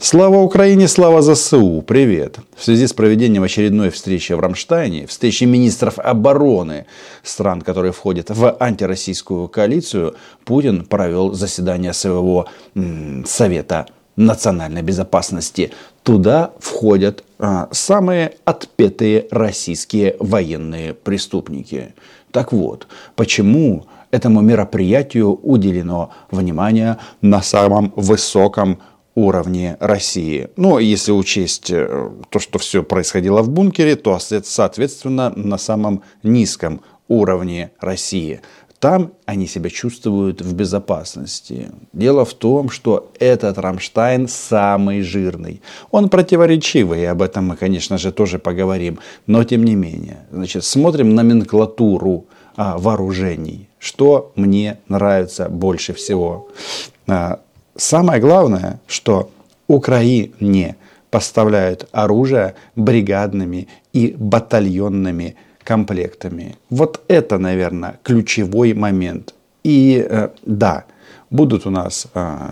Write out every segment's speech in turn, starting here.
Слава Украине, слава ЗСУ, привет! В связи с проведением очередной встречи в Рамштайне, встречи министров обороны стран, которые входят в антироссийскую коалицию, Путин провел заседание своего Совета национальной безопасности. Туда входят самые отпетые российские военные преступники. Так вот, почему этому мероприятию уделено внимание на самом высоком уровне России? Ну, если учесть то, что все происходило в бункере, то, соответственно, на самом низком уровне России. Там они себя чувствуют в безопасности. Дело в том, что этот Рамштайн самый жирный. Он противоречивый, и об этом мы, конечно же, тоже поговорим. Но, тем не менее, значит, смотрим номенклатуру вооружений. Что мне нравится больше всего? Самое главное, что Украине поставляют оружие бригадными и батальонными комплектами. Вот это, наверное, ключевой момент. И да, будут у нас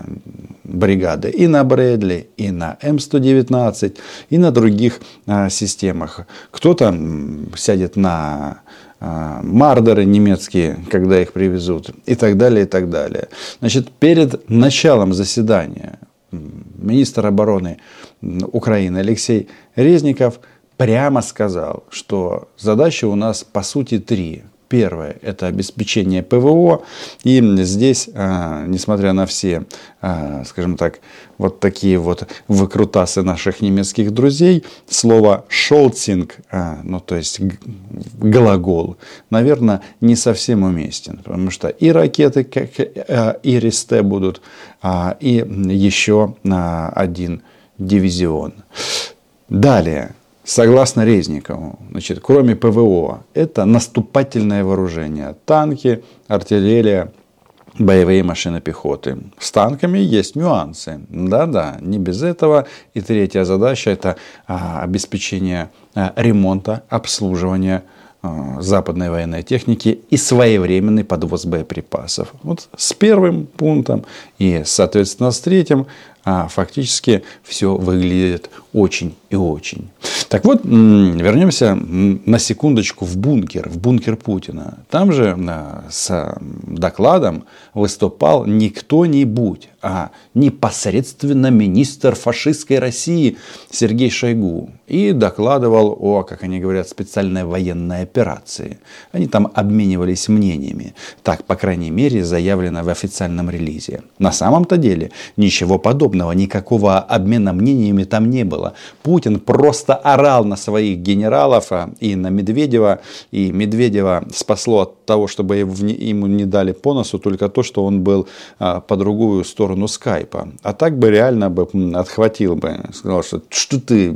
бригады и на Брэдли, и на М119, и на других системах. Кто-то сядет на мардеры немецкие, когда их привезут, и так далее, и так далее. Значит, перед началом заседания министр обороны Украины Алексей Резников прямо сказал, что задачи у нас по сути три. Первое – это обеспечение ПВО. И здесь, несмотря на все, скажем так, вот такие вот выкрутасы наших немецких друзей, слово «шолцинг», ну то есть глагол, наверное, не совсем уместен. Потому что и ракеты, как Иристе будут, и еще один дивизион. Далее. Согласно Резникову, значит, кроме ПВО, это наступательное вооружение. Танки, артиллерия, боевые машины пехоты. С танками есть нюансы. Да-да, не без этого. И третья задача – это обеспечение ремонта, обслуживания западной военной техники и своевременный подвоз боеприпасов. Вот с первым пунктом и, соответственно, с третьим фактически все выглядит очень и очень. Так вот, вернемся на секундочку в бункер Путина. Там же с докладом выступал не кто-нибудь, а непосредственно министр фашистской России Сергей Шойгу. И докладывал о, как они говорят, специальной военной операции. Они там обменивались мнениями. Так, по крайней мере, заявлено в официальном релизе. На самом-то деле ничего подобного, никакого обмена мнениями там не было. Путин просто орал на своих генералов и на Медведева. И Медведева спасло от того, чтобы ему не дали по носу только то, что он был по другую сторону скайпа. А так бы реально бы отхватил бы. Сказал, что ты,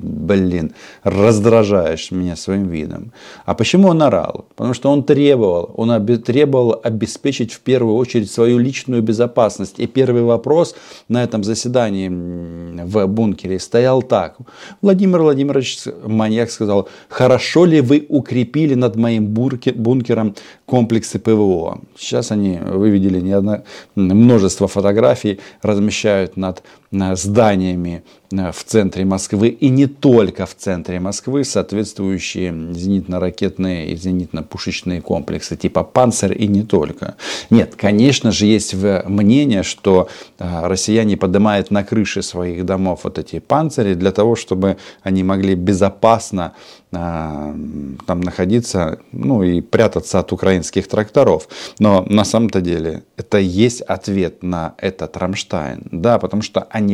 раздражаешь меня своим видом. А почему он орал? Потому что он требовал обеспечить в первую очередь свою личную безопасность. И первый вопрос на этом заседании в бункере стоял так. Владимир Владимирович Маньяк сказал: хорошо ли вы укрепили над моим бункером комплексы ПВО? Сейчас они, вы видели, множество фотографий размещают над зданиями в центре Москвы и не только в центре Москвы соответствующие зенитно-ракетные и зенитно-пушечные комплексы типа «Панцирь» и не только. Нет, конечно же, есть мнение, что россияне поднимают на крыши своих домов вот эти «Панцири» для того, чтобы они могли безопасно там находиться, ну и прятаться от украинских тракторов. Но на самом-то деле это и есть ответ на этот Рамштайн. Да, потому что они,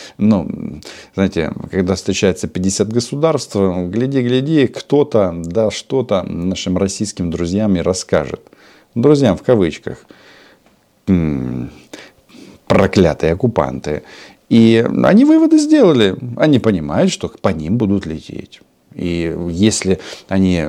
знаете, когда встречается 50 государств, гляди, кто-то, да, что-то нашим российским друзьям и расскажет. Друзьям в кавычках. Проклятые оккупанты. И они выводы сделали. Они понимают, что по ним будут лететь. И если они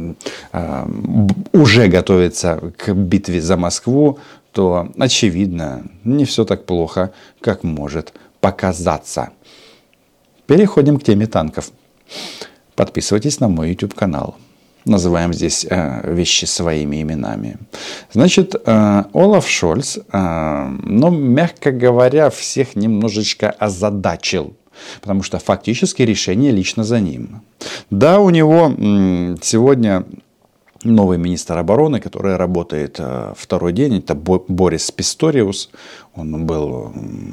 уже готовятся к битве за Москву, то, очевидно, не все так плохо, как может показаться. Переходим к теме танков. Подписывайтесь на мой YouTube канал. Называем здесь вещи своими именами. Значит, Олаф Шольц, мягко говоря, всех немножечко озадачил. Потому что фактически решение лично за ним. Да, у него сегодня новый министр обороны, который работает второй день, это Борис Писториус. Он был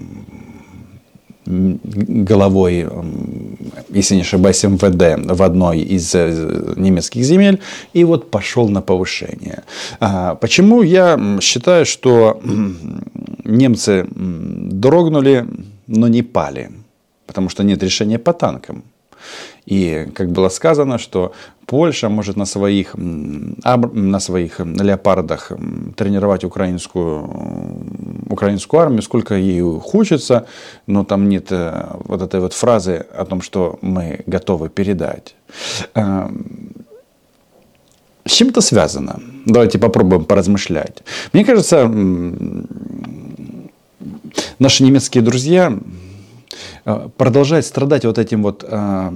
главой, если не ошибаюсь, МВД в одной из немецких земель. И вот пошел на повышение. Почему я считаю, что немцы дрогнули, но не пали? Потому что нет решения по танкам. И, как было сказано, что Польша может на своих леопардах тренировать украинскую армию, сколько ей хочется, но там нет вот этой вот фразы о том, что мы готовы передать. С чем это связано? Давайте попробуем поразмышлять. Мне кажется, наши немецкие друзья продолжает страдать вот этим вот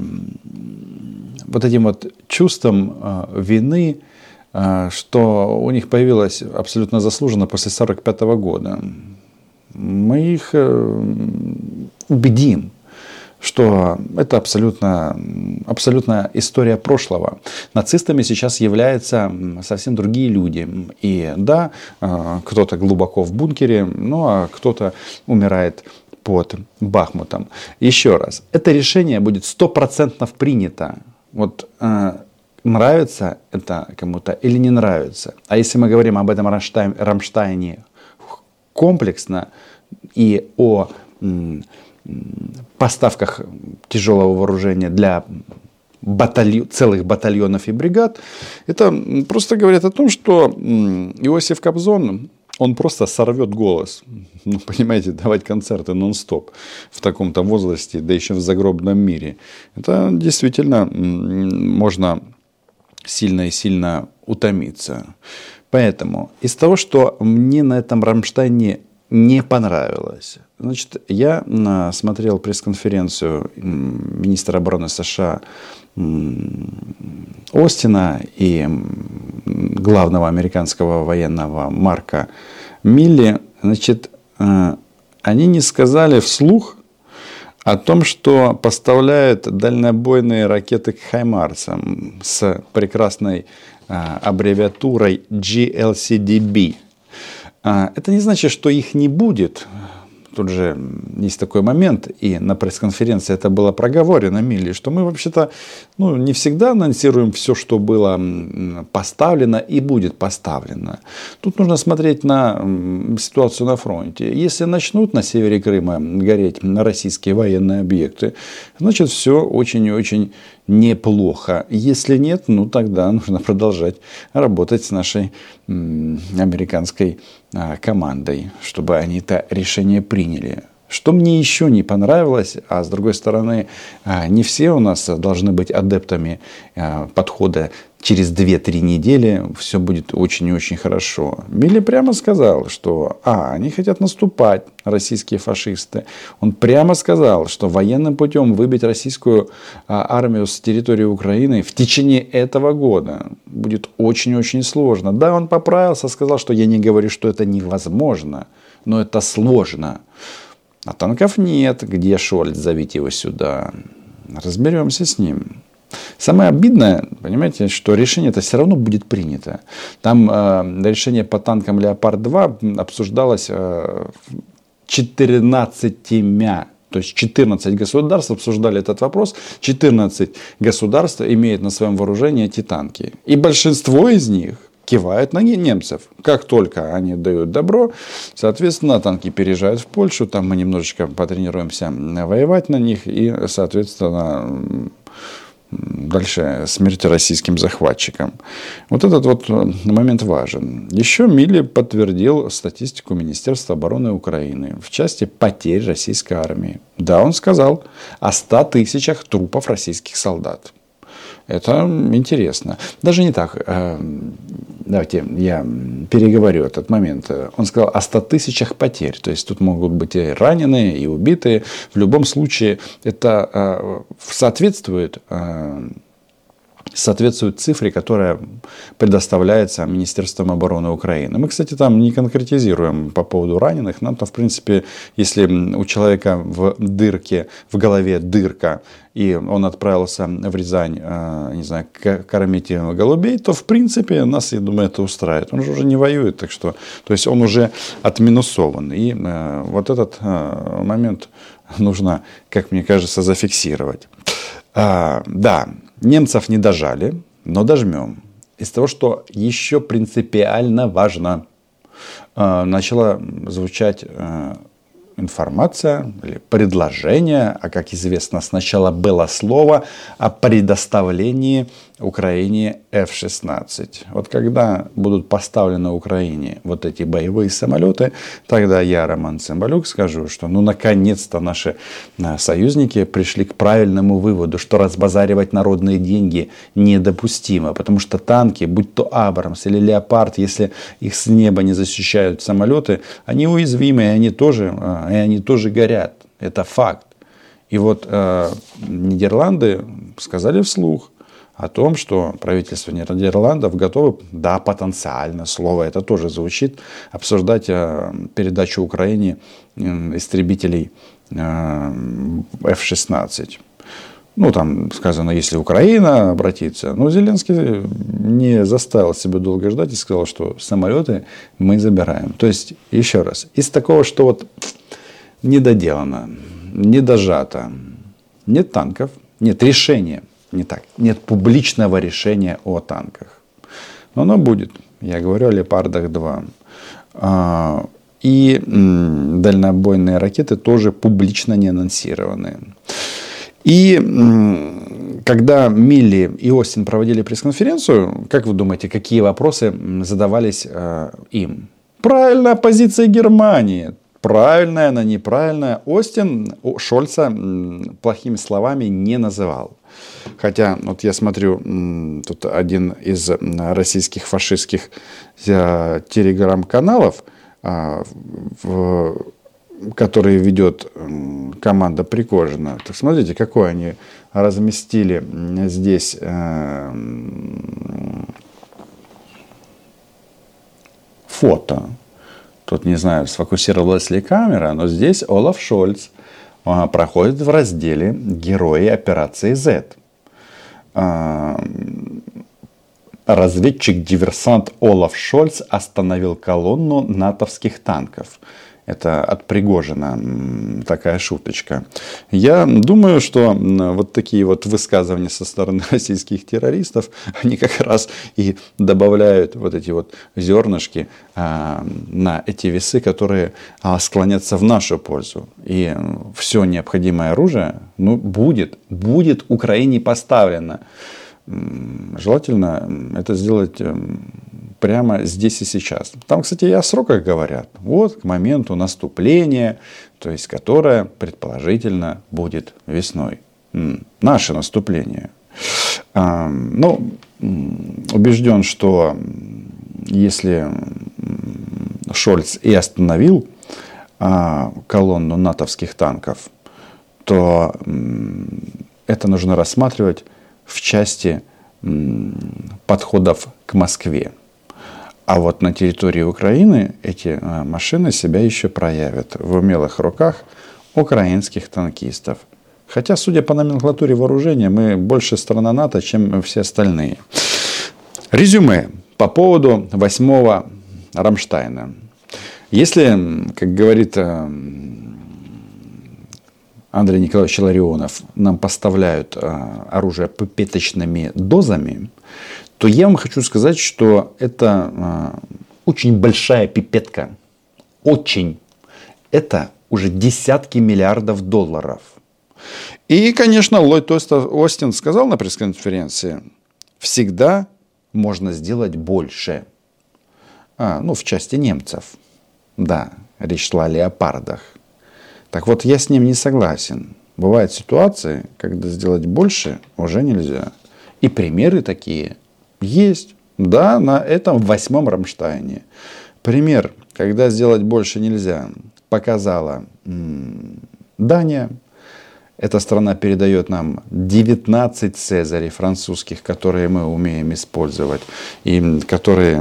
чувством вины, что у них появилось абсолютно заслуженно после 1945 года. Мы их убедим, что это абсолютно история прошлого. Нацистами сейчас являются совсем другие люди. И да, кто-то глубоко в бункере, ну а кто-то умирает под Бахмутом. Еще раз, это решение будет 100% принято. Вот нравится это кому-то или не нравится. А если мы говорим об этом Рамштайне комплексно и о поставках тяжелого вооружения для целых батальонов и бригад, это просто говорит о том, что Иосиф Кобзон, он просто сорвет голос. Ну, понимаете, давать концерты нон-стоп в таком-то возрасте, да еще в загробном мире. Это действительно можно сильно и сильно утомиться. Поэтому из того, что мне на этом Рамштайне не понравилось, значит, я смотрел пресс-конференцию министра обороны США Остина и главного американского военного Марка Милли. Значит, они не сказали вслух о том, что поставляют дальнобойные ракеты к «Хаймарсам» с прекрасной аббревиатурой GLCDB. Это не значит, что их не будет. Тут же есть такой момент, и на пресс-конференции это было проговорено Милли, что мы вообще-то не всегда анонсируем все, что было поставлено и будет поставлено. Тут нужно смотреть на ситуацию на фронте. Если начнут на севере Крыма гореть российские военные объекты, значит все очень и очень неплохо. Если нет, тогда нужно продолжать работать с нашей американской командой, чтобы они это решение приняли. Что мне еще не понравилось, а с другой стороны, не все у нас должны быть адептами подхода через 2-3 недели все будет очень и очень хорошо. Милли прямо сказал, что они хотят наступать, российские фашисты. Он прямо сказал, что военным путем выбить российскую армию с территории Украины в течение этого года будет очень-очень сложно. Да, он поправился, сказал, что я не говорю, что это невозможно, но это сложно. А танков нет. Где Шольц? Зовите его сюда. Разберемся с ним. Самое обидное, понимаете, что решение-то все равно будет принято. Там решение по танкам «Леопард-2» обсуждалось 14, то есть 14 государств обсуждали этот вопрос. 14 государств имеют на своем вооружении эти танки. И большинство из них кивают на немцев. Как только они дают добро, соответственно, танки переезжают в Польшу, там мы немножечко потренируемся воевать на них, и, соответственно, дальше смерть российским захватчикам. Вот этот вот момент важен. Еще Милли подтвердил статистику Министерства обороны Украины в части потерь российской армии. Да, он сказал о 100 тысячах трупов российских солдат. Это интересно. Даже не так. Давайте я переговорю этот момент. Он сказал о 100 тысячах потерь. То есть тут могут быть и раненые, и убитые. В любом случае это соответствует соответствует цифре, которая предоставляется Министерством обороны Украины. Мы, кстати, там не конкретизируем по поводу раненых. Нам-то, в принципе, если у человека в дырке, в голове дырка, и он отправился в Рязань, не знаю, кормить голубей, то, в принципе, нас, я думаю, это устраивает. Он же уже не воюет, так что, то есть он уже отминусован. И вот этот момент нужно, как мне кажется, зафиксировать. Да, немцев не дожали, но дожмем. Из того, что еще принципиально важно, начала звучать информация или предложение, а как известно, сначала было слово о предоставлении Украине F-16. Вот когда будут поставлены Украине вот эти боевые самолеты, тогда я, Роман Цымбалюк, скажу, что ну наконец-то наши союзники пришли к правильному выводу, что разбазаривать народные деньги недопустимо, потому что танки, будь то Абрамс или Леопард, если их с неба не защищают самолеты, они уязвимы, и они тоже горят. Это факт. И вот Нидерланды сказали вслух о том, что правительство Нидерландов готово, да, потенциально, слово это тоже звучит, обсуждать передачу Украине истребителей F-16. Ну, там сказано, если Украина обратится. Но Зеленский не заставил себя долго ждать и сказал, что самолеты мы забираем. То есть, еще раз, из такого, что вот недоделано, недожато, нет танков, нет решения. Не так. Нет публичного решения о танках. Но оно будет. Я говорю о Леопардах-2. И дальнобойные ракеты тоже публично не анонсированы. И когда Милли и Остин проводили пресс-конференцию, как вы думаете, какие вопросы задавались им? Правильная позиция Германии. Правильная, она неправильная. Остин Шольца плохими словами не называл. Хотя, вот я смотрю, тут один из российских фашистских телеграм-каналов, который ведет команда Пригожина. Так смотрите, какое они разместили здесь фото. Тут не знаю, сфокусировалась ли камера, но здесь Олаф Шольц проходит в разделе «Герои операции Z». Разведчик-диверсант Олаф Шольц остановил колонну натовских танков. Это от Пригожина такая шуточка. Я думаю, что вот такие вот высказывания со стороны российских террористов, они как раз и добавляют вот эти вот зернышки на эти весы, которые склонятся в нашу пользу. И все необходимое оружие будет Украине поставлено. Желательно это сделать прямо здесь и сейчас. Там, кстати, и о сроках говорят. Вот к моменту наступления, то есть которое предположительно будет весной. Наше наступление. Убежден, что если Шольц и остановил колонну натовских танков, то это нужно рассматривать в части подходов к Москве. А вот на территории Украины эти машины себя еще проявят в умелых руках украинских танкистов. Хотя, судя по номенклатуре вооружения, мы больше страна НАТО, чем все остальные. Резюме по поводу 8-го Рамштайна. Если, как говорит Андрей Николаевич Ларионов, нам поставляют оружие пипеточными дозами, то я вам хочу сказать, что это очень большая пипетка. Очень. Это уже десятки миллиардов долларов. И, конечно, Ллойд Остин сказал на пресс-конференции, всегда можно сделать больше. В части немцев. Да, речь шла о леопардах. Так вот, я с ним не согласен. Бывают ситуации, когда сделать больше уже нельзя. И примеры такие есть. Да, на этом 8-м Рамштайне. Пример, когда сделать больше нельзя, показала Дания. Эта страна передает нам 19 цезарей французских, которые мы умеем использовать, и которые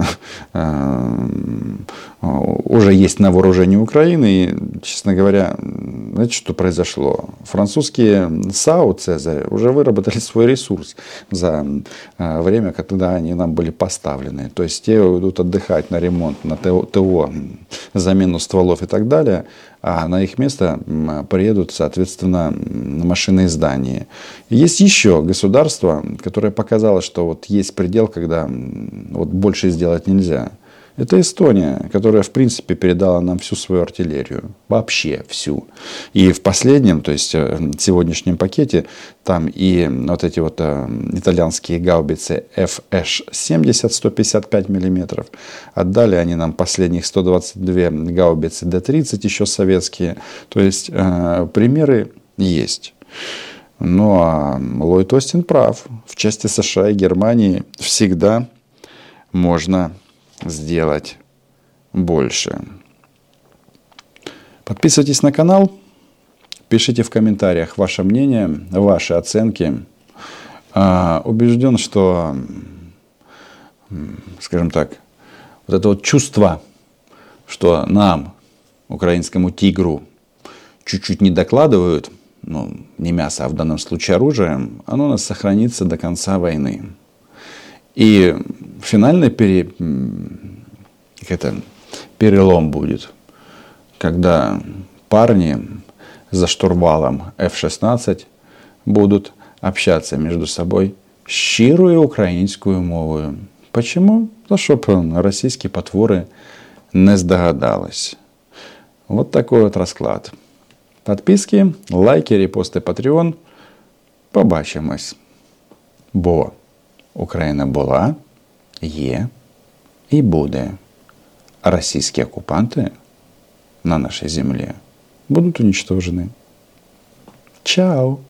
уже есть на вооружении Украины. И, честно говоря, знаете, что произошло? Французские САУ «Цезарь» уже выработали свой ресурс за время, когда они нам были поставлены. То есть те уйдут отдыхать на ремонт, на ТО, замену стволов и так далее, а на их место приедут, соответственно, машины издания. Есть еще государство, которое показало, что вот есть предел, когда вот больше сделать нельзя. Это Эстония, которая, в принципе, передала нам всю свою артиллерию. Вообще всю. И в последнем, то есть в сегодняшнем пакете, там и вот эти вот итальянские гаубицы FH-70 155 мм. Отдали они нам последних 122 гаубицы Д-30, еще советские. То есть примеры есть. Но Ллойд Остин прав. В части США и Германии всегда можно сделать больше. Подписывайтесь на канал, пишите в комментариях ваше мнение, ваши оценки. Убежден, что, скажем так, вот это вот чувство, что нам, украинскому тигру, чуть-чуть не докладывают, ну, не мясо, а в данном случае оружием, оно у нас сохранится до конца войны. И финальный перелом будет, когда парни за штурвалом F-16 будут общаться между собой щирою українською мовою. Почему? Ну, щоб російські потвори не здогадались. Вот такой вот розклад. Підписки, лайки, репости, Patreon. Побачимось. Бо Україна була, є і буде. А російські окупанти на нашій землі будуть уничтожені. Чао!